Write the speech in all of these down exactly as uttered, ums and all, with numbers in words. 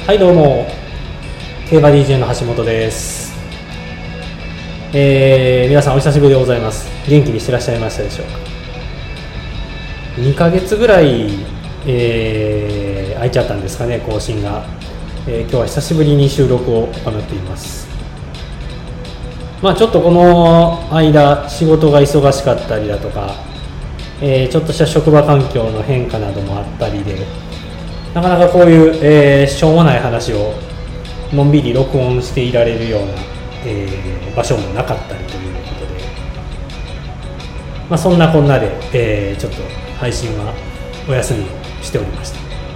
はいどうも、競馬 ディージェー の橋本です。えー、皆さんお久しぶりでございます。元気にしてらっしゃいましたでしょうか。にかげつぐらい、えー、空いちゃったんですかね、更新が。えー、今日は久しぶりに収録を行っています。まあちょっとこの間仕事が忙しかったりだとか、えー、ちょっとした職場環境の変化などもあったりで、なかなかこういう、えー、しょうもない話をのんびり録音していられるような、えー、場所もなかったりということで、まあ、そんなこんなで、えー、ちょっと配信はお休みをしておりました。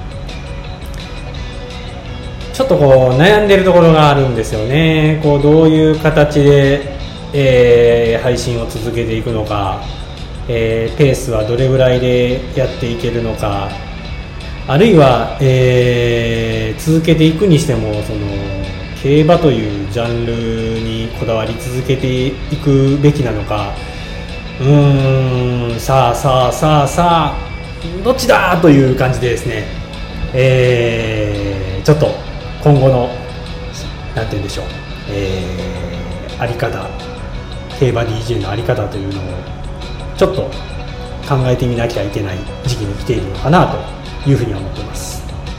ちょっとこう悩んでるところがあるんですよね。こうどういう形で、えー、配信を続けていくのか、えー、ペースはどれぐらいでやっていけるのか、あるいは、えー、続けていくにしてもその競馬というジャンルにこだわり続けていくべきなのか、うーんさあさあさあさあどっちだという感じでですね、えー、ちょっと今後のなんて言うんでしょう、えー、あり方、競馬 ディージェー のあり方というのをちょっと考えてみなきゃいけない時期に来ているのかなというふうに思っています。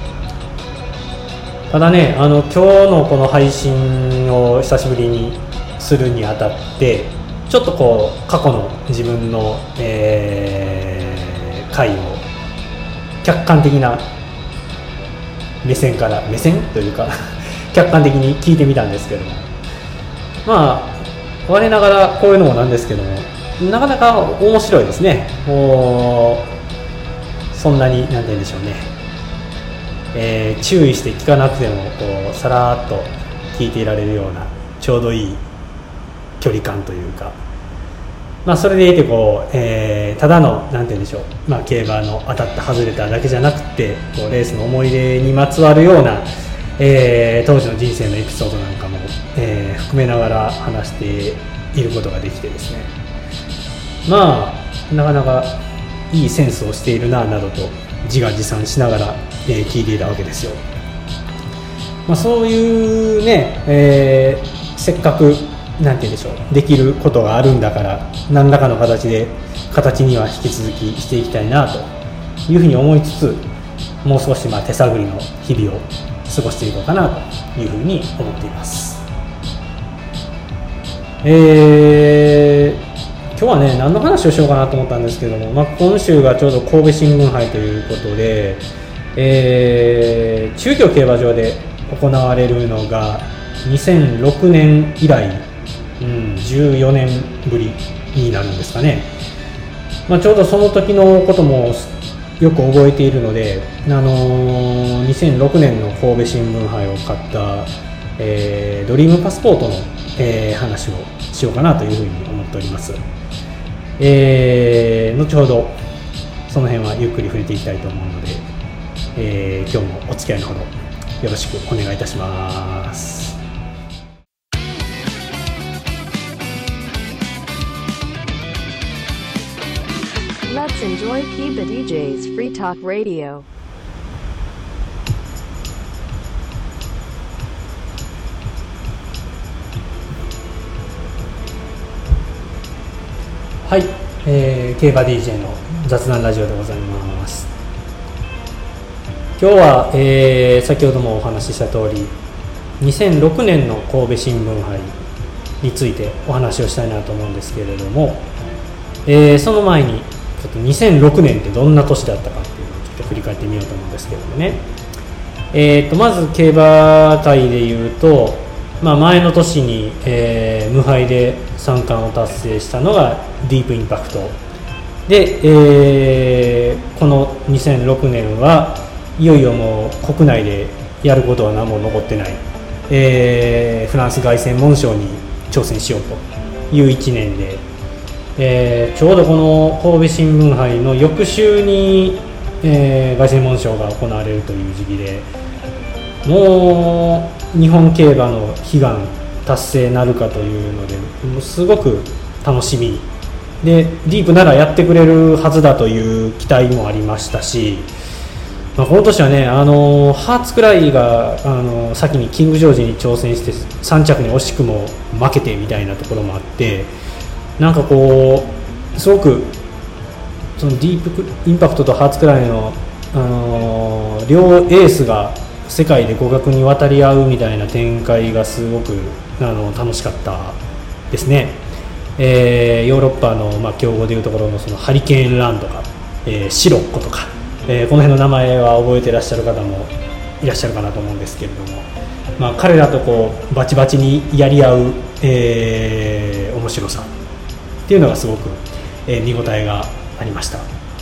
ただね、あの今日のこの配信を久しぶりにするにあたってちょっとこう過去の自分の、えー、回を客観的な目線から目線というか客観的に聞いてみたんですけども、まあ我ながらこういうのもなんですけども、なかなか面白いですね。もうそんなに何て言うんでしょうね、えー、注意して聞かなくてもこうさらっと聞いていられるようなちょうどいい距離感というか、まあそれでいてこう、えー、ただの何て言うんでしょう、まあ競馬の当たった外れただけじゃなくてこうレースの思い出にまつわるような、えー、当時の人生のエピソードなんかも、えー、含めながら話していることができてですね、まあなかなかいいセンスをしているななどと自画自賛しながら、えー、聞いていたわけですよ。まあ、そういうね、えー、せっかくなんて言うんでしょう、できることがあるんだから何らかの形で形には引き続きしていきたいなというふうに思いつつ、もう少しまあ手探りの日々を過ごしていこうかなというふうに思っています。えー今日はね何の話をしようかなと思ったんですけども、まあ、今週がちょうど神戸新聞杯ということで、えー、中京競馬場で行われるのがにせんろくねん以来、うん、じゅうよねんぶりになるんですかね。まあ、ちょうどその時のこともよく覚えているので、あのー、にせんろくねんの神戸新聞杯を買った、えー、ドリームパスポートの、えー、話をしようかなというふうに思っております。えー、後ほどその辺はゆっくり触れていきたいと思うので、えー、今日もお付き合いのほどよろしくお願いいたします。 Let's enjoy Kiba ディージェー 's Free Talk Radio。 はい、えー、競馬 ディージェー の雑談ラジオでございます。今日は、えー、先ほどもお話しした通りにせんろくねんの神戸新聞杯についてお話をしたいなと思うんですけれども、えー、その前にちょっとにせんろくねんってどんな年だったかっていうのをちょっと振り返ってみようと思うんですけれどもね、えー、とまず競馬界でいうと、まあ、前の年に、えー、無敗で三冠を達成したのがディープインパクトで、えー、このにせんろくねんはいよいよもう国内でやることは何も残ってない、えー、フランス凱旋門賞に挑戦しようといういちねんで、えー、ちょうどこの神戸新聞杯の翌週に、えー、凱旋門賞が行われるという時期で、もう日本競馬の悲願達成なるかというので、もうすごく楽しみで、ディープならやってくれるはずだという期待もありましたし、 まあ、この年はね、あのー、ハーツクライが、あのー、先にキングジョージに挑戦してさん着に惜しくも負けてみたいなところもあって、なんかこうすごくそのディープインパクトとハーツクライの、あのー、両エースが世界で互角に渡り合うみたいな展開がすごくあの楽しかったですね。えー、ヨーロッパの、まあ、強豪でいうところの、そのハリケーンランとか、えー、シロッコとか、えー、この辺の名前は覚えていらっしゃる方もいらっしゃるかなと思うんですけれども、まあ、彼らとこうバチバチにやり合う、えー、面白さっていうのがすごく、えー、見応えがありました。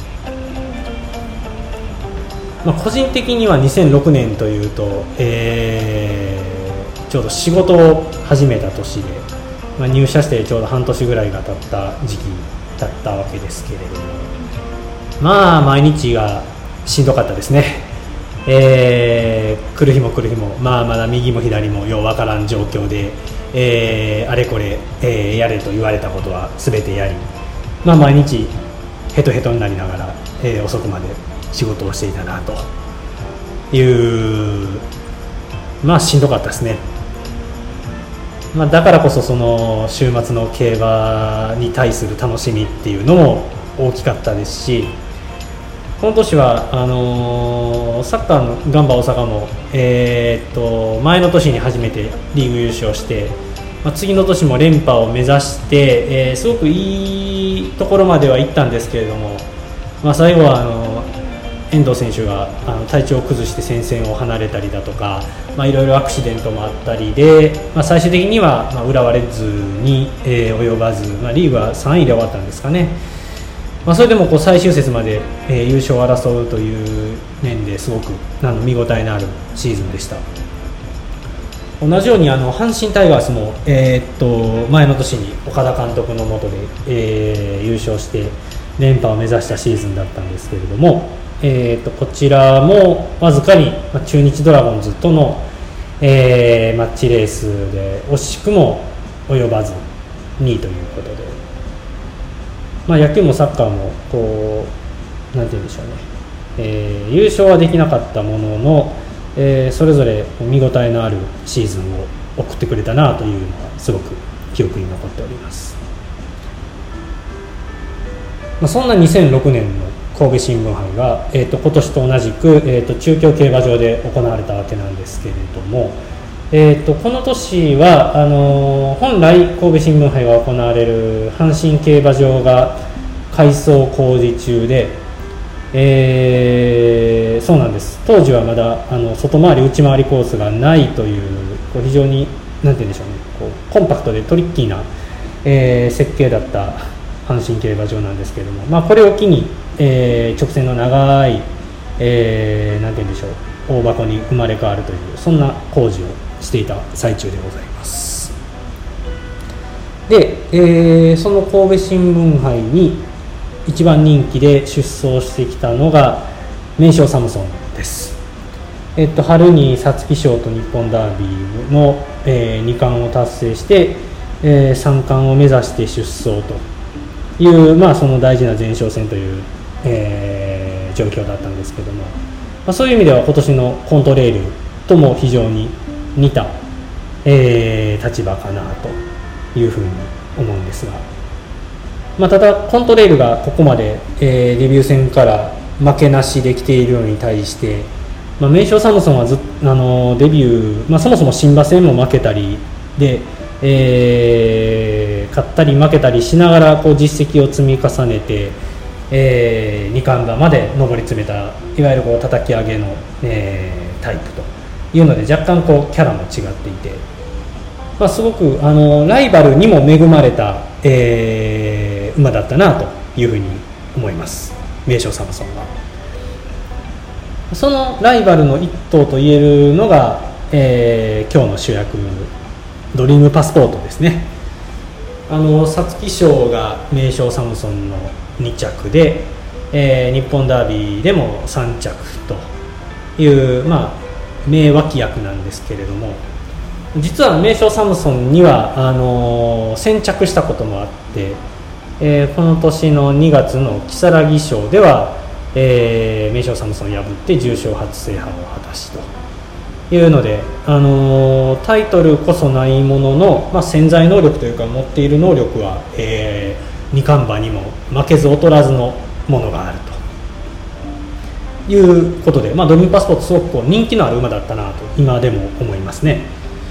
まあ、個人的にはにせんろくねんというと、えー、ちょうど仕事を始めた年で、まあ、入社してちょうど半年ぐらいが経った時期だったわけですけれども、まあ毎日がしんどかったですね。えー、来る日も来る日も、まあ、まだ右も左もようわからん状況で、えー、あれこれ、えー、やれと言われたことは全てやり、まあ、毎日ヘトヘトになりながら、えー、遅くまで仕事をしていたなという、まあしんどかったですね。まあ、だからこそその週末の競馬に対する楽しみっていうのも大きかったですし、この年はあのー、サッカーのガンバ大阪も、えー、っと前の年に初めてリーグ優勝して、まあ、次の年も連覇を目指して、えー、すごくいいところまでは行ったんですけれども、まあ、最後はあの遠藤選手があの体調を崩して戦線を離れたりだとか、まあ、いろいろアクシデントもあったりで、まあ、最終的には、まあ、浦和レッズに、えー、及ばず、まあ、リーグはさんいで終わったんですかね。まあ、それでもこう最終節まで、えー、優勝を争うという面ですごくあの見応えのあるシーズンでした。同じようにあの阪神タイガースも、えー、っと前の年に岡田監督の下で、えー、優勝して連覇を目指したシーズンだったんですけれども、えー、とこちらもわずかに中日ドラゴンズとの、えー、マッチレースで惜しくも及ばずにいということで、まあ、野球もサッカーもこうなんて言うんでしょうね、えー、優勝はできなかったものの、えー、それぞれ見応えのあるシーズンを送ってくれたなというのはすごく記憶に残っております。まあ、そんなにせんろくねんの神戸新聞杯が、えー、と今年と同じく、えー、と中京競馬場で行われたわけなんですけれども、えー、とこの年はあのー、本来神戸新聞杯が行われる阪神競馬場が改装工事中で、えー、そうなんです。当時はまだあの外回り内回りコースがないという、こう非常になんて言うんでしょうね、こうコンパクトでトリッキーな、えー、設計だった阪神競馬場なんですけれども、まあ、これを機に、えー、直線の長い、えー、なんて言うんでしょう、大箱に生まれ変わるという、そんな工事をしていた最中でございます。で、えー、その神戸新聞杯に一番人気で出走してきたのが名将サムソンです。えっと、春に皐月賞と日本ダービーの、えー、に冠を達成して、えー、さん冠を目指して出走という、まあ、その大事な前哨戦という、えー、状況だったんですけども、まあ、そういう意味では今年のコントレールとも非常に似た、えー、立場かなというふうに思うんですが、まあ、ただコントレールがここまで、えー、デビュー戦から負けなしできているのに対して、まあ、名将サムソンはずあのデビュー、まあ、そもそも新馬戦も負けたりで、えー、勝ったり負けたりしながらこう実績を積み重ねて、えー、に冠馬まで上り詰めた、いわゆるこう叩き上げの、えー、タイプというので若干こうキャラも違っていて、まあ、すごくあのライバルにも恵まれた、えー、馬だったなというふうに思います。名将サムソンはそのライバルの一頭といえるのが、えー、今日の主役ドリームパスポートですね。あの皐月賞が名将サムソンのに着で、えー、日本ダービーでもさん着という、まあ、名脇役なんですけれども、実は名将サムソンにはあの先着したこともあって、えー、この年のにがつの如月賞では、 えー、名将サムソンを破って重賞初制覇を果たしというので、あのー、タイトルこそないものの、まあ、潜在能力というか持っている能力は、えー、二冠馬にも負けず劣らずのものがあるということで、まあ、ドリームパスポートすごくこう人気のある馬だったなと今でも思いますね。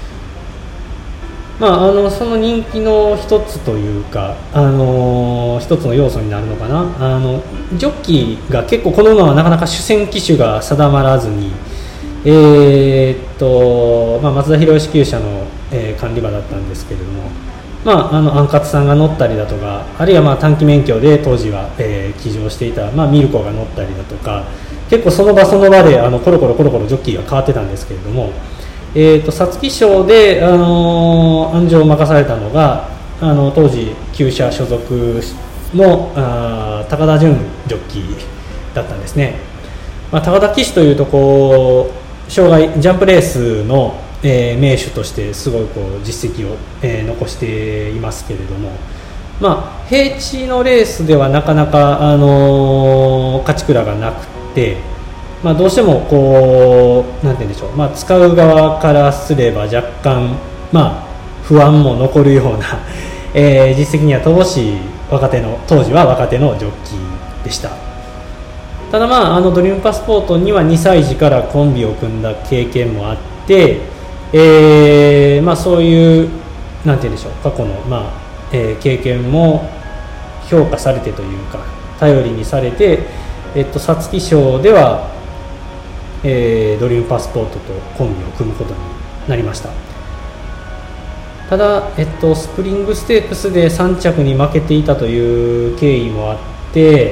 まあ、あのその人気の一つというか、あのー、一つの要素になるのかな、あのジョッキーが結構この馬はなかなか主戦騎手が定まらずに、えーっとまあ、松田博義厩舎の、えー、管理馬だったんですけれども、まあ、あのアンカツさんが乗ったりだとか、あるいはまあ短期免許で当時は、えー、騎乗していた、まあ、ミルコが乗ったりだとか、結構その場その場であのコロコロコロコロジョッキーが変わってたんですけれども、えー、と皐月賞で、あのー、安城を任されたのがあの当時厩舎所属のあ高田純ジョッキーだったんですね。まあ、高田騎手というとこう障害ジャンプレースの、えー、名手としてすごいこう実績を、えー、残していますけれども、まあ、平地のレースではなかなか、あのー、勝ち鞍がなくて、まあ、どうしてもこうなんて言うんでしょう、まあ、使う側からすれば若干、まあ、不安も残るような、えー、実績には乏しい若手の当時は若手のジョッキーでした。ただ、まあ、あのドリームパスポートにはにさい児からコンビを組んだ経験もあって、えーまあ、そういうなんて言うんでしょう過去の、まあえー、経験も評価されてというか頼りにされて、えっと、皐月賞ではえー、ドリームパスポートとコンビを組むことになりました。ただ、えっと、スプリングステークスでさん着に負けていたという経緯もあって、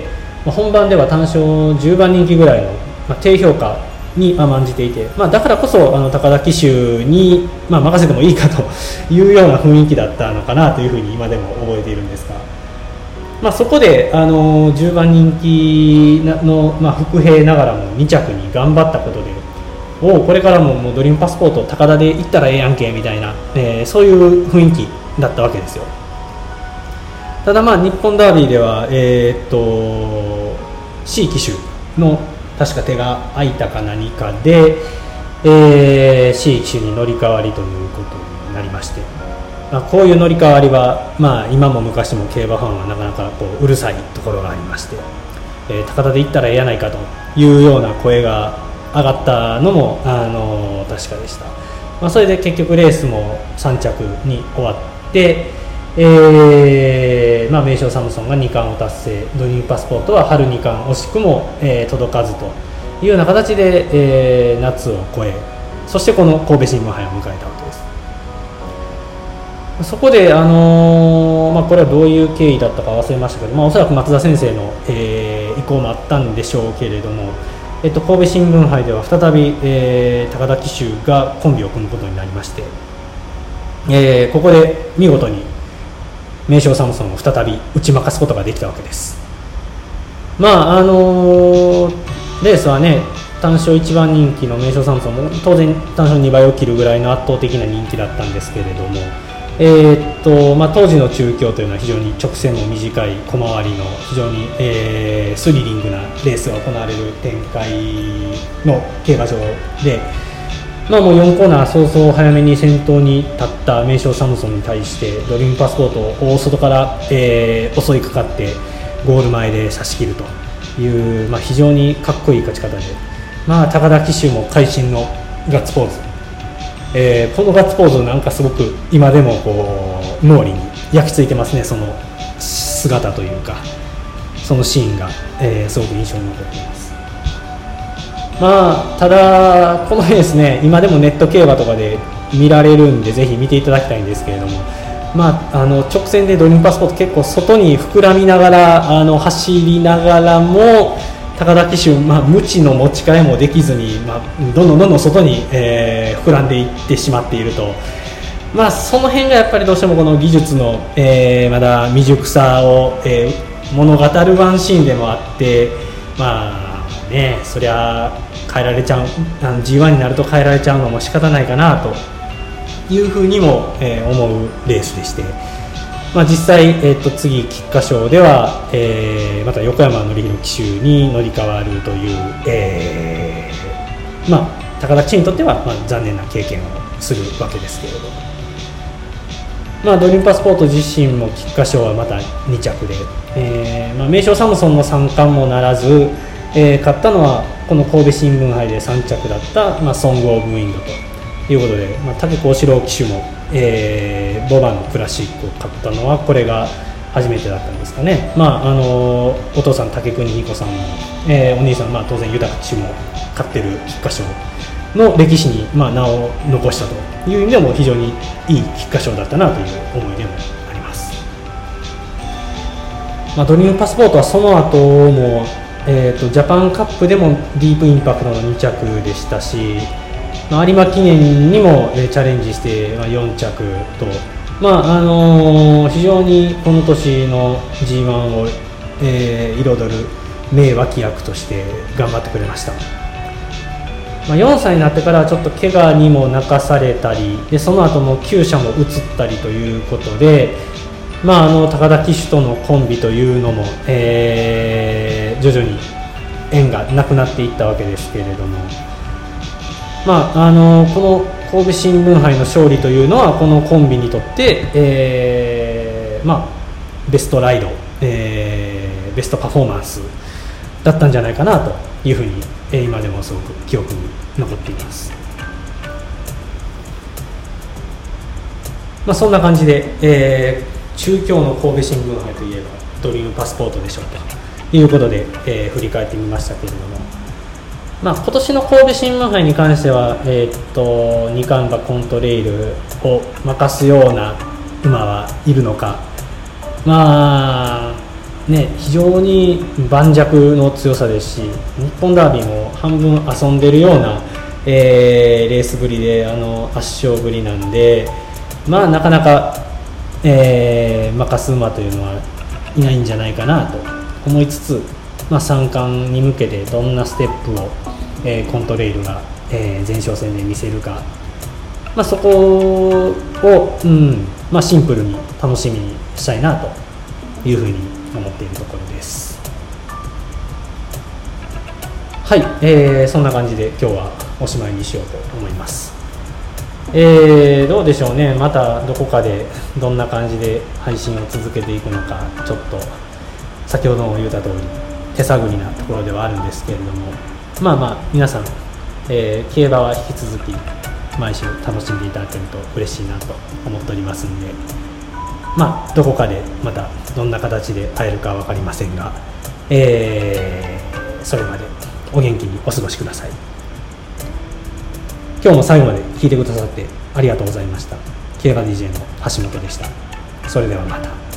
まあ、本番では単勝じゅうばん人気ぐらいの、まあ、低評価に甘んじていて、まあ、だからこそあの高田騎手に、まあ、任せてもいいかというような雰囲気だったのかなというふうに今でも覚えているんですが、まあ、そこであのじゅうばん人気の、まあ、伏兵ながらもに着に頑張ったことで、おこれからも、もうドリームパスポート高田で行ったらええやんけみたいな、えー、そういう雰囲気だったわけですよ。ただ、まあ日本ダービーでは、えー、っと C 騎手の確か手が空いたか何かで、えー、C 騎手に乗り換わりということになりまして、まあ、こういう乗り換わりは、まあ、今も昔も競馬ファンはなかなかこううるさいところがありまして、えー、高田で行ったらええやないかというような声が上がったのも、あのー、確かでした。まあ、それで結局レースもさん着に終わって、えーまあ、名将サムソンがに冠を達成、ドリームパスポートは春に冠惜しくも、えー、届かずというような形で、えー、夏を越え、そしてこの神戸新聞杯を迎えたわけです。そこで、あのーまあ、これはどういう経緯だったか忘れましたけど、まあ、おそらく松田先生の、えー、意向もあったんでしょうけれども、えっと、神戸新聞杯では再び、えー、高田騎手がコンビを組むことになりまして、えー、ここで見事に名将サムソンを再び打ち負かすことができたわけです。まああのー、レースはね、単勝いちばん人気の名将サムソンも当然単勝にばいを切るぐらいの圧倒的な人気だったんですけれども、えーっとまあ、当時の中京というのは非常に直線の短い小回りの非常に、えー、スリリングなレースが行われる展開の競馬場で、まあ、もうよんコーナー早々早めに先頭に立った名将サムソンに対してドリームパスポートを大外から、えー、襲いかかってゴール前で差し切るという、まあ、非常にかっこいい勝ち方で、まあ、高田騎手も会心のガッツポーズ、えー、このガッツポーズなんかすごく今でもこう脳裏に焼き付いてますね。その姿というかそのシーンが、えー、すごく印象に残っています。まあただこのレースね、今でもネット競馬とかで見られるんでぜひ見ていただきたいんですけれども、まあ、あの直線でドリームパスポート結構外に膨らみながらあの走りながらも高田騎手、まあ、無知の持ち替えもできずに、まあ、どんどんどんどん外に、えー、膨らんでいってしまっていると、まあ、その辺がやっぱりどうしてもこの技術の、えー、まだ未熟さを、えー、物語るワンシーンでもあって、まあね、そりゃ変えられちゃう、あの ジーワン になると変えられちゃうのも仕方ないかなというふうにも、えー、思うレースでして、 まあ、実際、えー、と次菊花賞では、えー、また横山典弘騎手に乗り換わるという、えー、まあ高田騎手にとっては、まあ、残念な経験をするわけですけれど、まあ、ドリームパスポート自身も菊花賞はまたに着で、えーまあ、名将サムソンのさん冠もならず、えー、勝ったのはこの神戸新聞杯でさん着だった、まあ、ソング・オブ・ウィンドということで、まあ、武幸四郎騎手も、えー、ボバのクラシックを勝ったのはこれが初めてだったんですかね。まああのー、お父さん武国彦さんも、えー、お兄さん、まあ、当然豊騎手も勝ってる菊花賞の歴史に、まあ、名を残したという意味でも非常にいい菊花賞だったなという思いでもあります。まあ、ドリームパスポートはその後も、えー、とジャパンカップでもディープインパクトのに着でしたし、まあ、有馬記念にも、えー、チャレンジして、まあ、よん着と、まああのー、非常にこの年の ジーワン を、えー、彩る名脇役として頑張ってくれました。まあ、よんさいになってからちょっと怪我にも泣かされたりで、その後もきゅうしゃも移ったりということで、まあ、あの高田騎手とのコンビというのも、えー、徐々に縁がなくなっていったわけですけれども、まあ、あのこの神戸新聞杯の勝利というのはこのコンビにとって、えーまあ、ベストライド、えー、ベストパフォーマンスだったんじゃないかなというふうに今でもすごく記憶に残っています。まあ、そんな感じで、えー、中京の神戸新聞杯といえばドリームパスポートでしょうということで、えー、振り返ってみましたけれども、まあ、今年の神戸新聞杯に関しては、えー、っとに冠馬コントレイルを任すような馬はいるのか、まあね、非常に盤石の強さですし、日本ダービーも半分遊んでるような、えー、レースぶりであの圧勝ぶりなんで、まあ、なかなか、えー、任す馬というのはいないんじゃないかなと思いつつ、まあ、さん冠に向けてどんなステップを、えー、コントレイルが、えー、前哨戦で見せるか、まあ、そこを、うんまあ、シンプルに楽しみにしたいなというふうに思っているところです。はい、えー、そんな感じで今日はおしまいにしようと思います。えー、どうでしょうね、またどこかでどんな感じで配信を続けていくのか、ちょっと先ほども言った通り手探りなところではあるんですけれども、まあまあ皆さん、えー、競馬は引き続き毎週楽しんでいただけると嬉しいなと思っておりますんで、まあどこかでまたどんな形で会えるか分かりませんが、えー、それまでお元気にお過ごしください。今日も最後まで聞いてくださってありがとうございました。競馬 ディージェー の橋本でした。それではまた。